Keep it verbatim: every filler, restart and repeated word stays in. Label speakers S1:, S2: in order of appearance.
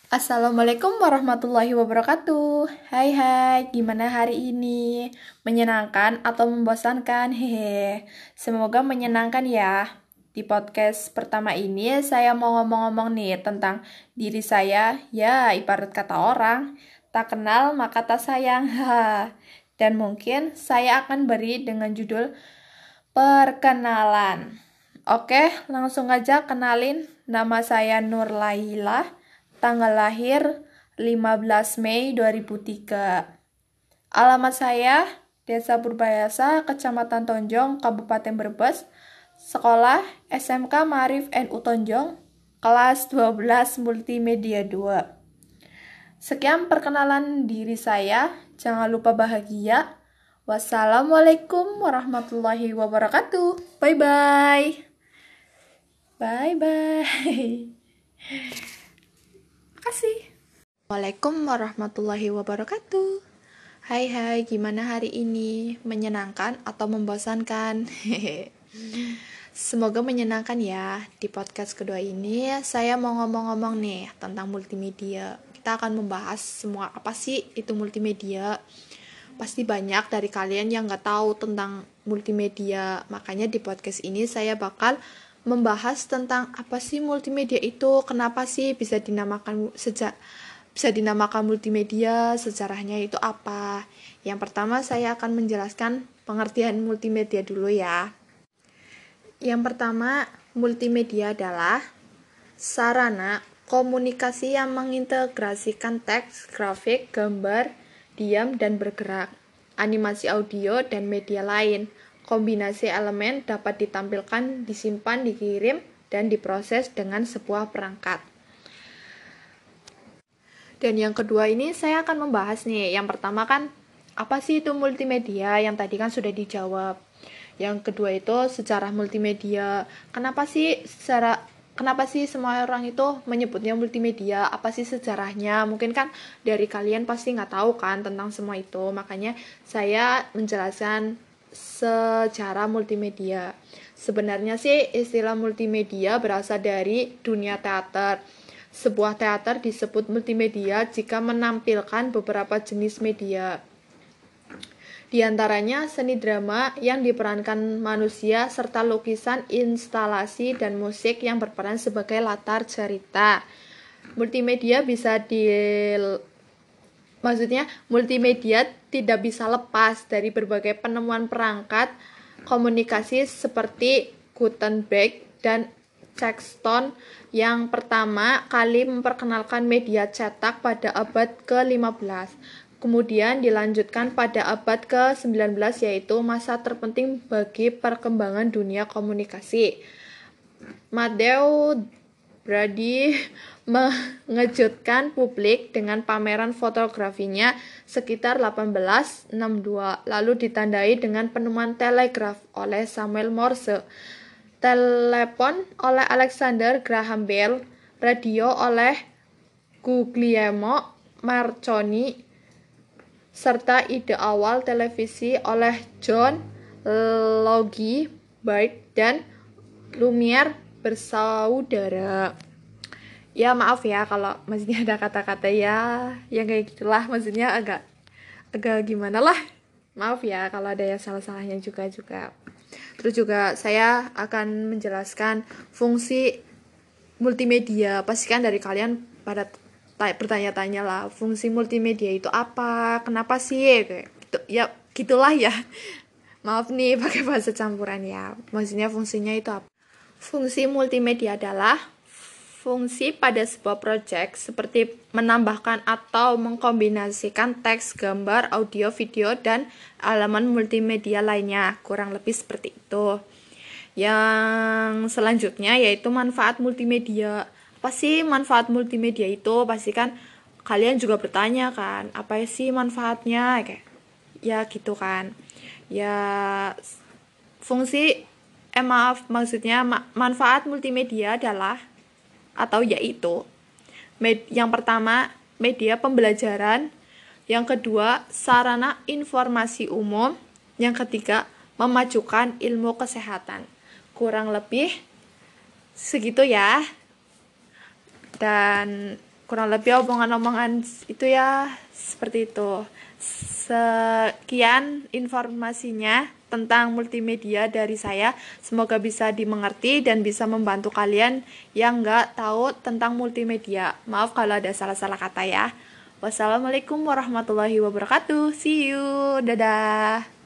S1: Assalamualaikum warahmatullahi wabarakatuh. Hai hai, gimana hari ini? Menyenangkan atau membosankan? Hehe. Semoga menyenangkan ya. Di podcast pertama ini saya mau ngomong-ngomong nih tentang diri saya. Ya, ibarat kata orang, tak kenal maka tak sayang. Ha. Dan mungkin saya akan beri dengan judul perkenalan. Oke, langsung aja kenalin. Nama saya Nur Laila. Tanggal lahir lima belas Mei dua ribu tiga. Alamat saya Desa Purbayasa, Kecamatan Tonjong, Kabupaten Brebes. Sekolah S M K Maarif N U Tonjong, kelas dua belas Multimedia dua. Sekian perkenalan diri saya. Jangan lupa bahagia. Wassalamualaikum warahmatullahi wabarakatuh. Bye bye. Bye bye. Makasih. Assalamualaikum warahmatullahi wabarakatuh. Hai hai, gimana hari ini? Menyenangkan atau membosankan? Semoga menyenangkan ya. Di podcast kedua ini saya mau ngomong-ngomong nih tentang multimedia. Kita akan membahas semua apa sih itu multimedia. Pasti banyak dari kalian yang gak tahu tentang multimedia. Makanya di podcast ini saya bakal membahas tentang apa sih multimedia itu, kenapa sih bisa dinamakan sejak bisa dinamakan multimedia, sejarahnya itu apa. Yang pertama saya akan menjelaskan pengertian multimedia dulu ya. Yang pertama, multimedia adalah sarana komunikasi yang mengintegrasikan teks, grafik, gambar, diam dan bergerak, animasi audio dan media lain. Kombinasi elemen dapat ditampilkan, disimpan, dikirim, dan diproses dengan sebuah perangkat. Dan yang kedua ini saya akan membahas nih. Yang pertama kan, apa sih itu multimedia? Yang tadi kan sudah dijawab. Yang kedua itu sejarah multimedia. Kenapa sih secara Kenapa sih semua orang itu menyebutnya multimedia? Apa sih sejarahnya? Mungkin kan dari kalian pasti nggak tahu kan tentang semua itu. Makanya saya menjelaskan sejarah multimedia. Sebenarnya sih istilah multimedia berasal dari dunia teater. Sebuah teater disebut multimedia jika menampilkan beberapa jenis media. Di antaranya seni drama yang diperankan manusia serta lukisan, instalasi, dan musik yang berperan sebagai latar cerita. Multimedia bisa di Maksudnya, multimedia tidak bisa lepas dari berbagai penemuan perangkat komunikasi seperti Gutenberg dan Sexton yang pertama kali memperkenalkan media cetak pada abad ke lima belas. Kemudian dilanjutkan pada abad ke sembilan belas, yaitu masa terpenting bagi perkembangan dunia komunikasi. Matteo Brady mengejutkan publik dengan pameran fotografinya sekitar delapan belas enam puluh dua, lalu ditandai dengan penemuan telegraf oleh Samuel Morse, telepon oleh Alexander Graham Bell, radio oleh Guglielmo Marconi, serta ide awal televisi oleh John Logie Baird dan Lumiere bersaudara. Ya maaf ya kalau maksudnya ada kata-kata ya yang kayak gitulah, maksudnya agak agak gimana lah, maaf ya kalau ada yang salah-salahnya juga juga. Terus juga saya akan menjelaskan fungsi multimedia. Pastikan dari kalian pada bertanya-tanya lah, fungsi multimedia itu apa, kenapa sih kayak gitu ya, gitulah ya. Maaf nih pakai bahasa campuran ya. Maksudnya fungsinya itu apa? Fungsi multimedia adalah fungsi pada sebuah proyek seperti menambahkan atau mengkombinasikan teks, gambar, audio, video, dan elemen multimedia lainnya. Kurang lebih seperti itu. Yang selanjutnya yaitu manfaat multimedia. Apa sih manfaat multimedia itu? Pasti kan kalian juga bertanya kan, apa sih manfaatnya? Kayak ya gitu kan. Ya fungsi eh maaf maksudnya ma- manfaat multimedia adalah atau yaitu med- yang pertama media pembelajaran, yang kedua sarana informasi umum, yang ketiga memajukan ilmu kesehatan. Kurang lebih segitu ya. Dan kurang lebih omongan-omongan itu ya seperti itu. Sekian informasinya tentang multimedia dari saya. Semoga bisa dimengerti dan bisa membantu kalian yang nggak tahu tentang multimedia. Maaf kalau ada salah-salah kata ya. Wassalamualaikum warahmatullahi wabarakatuh. See you. Dadah.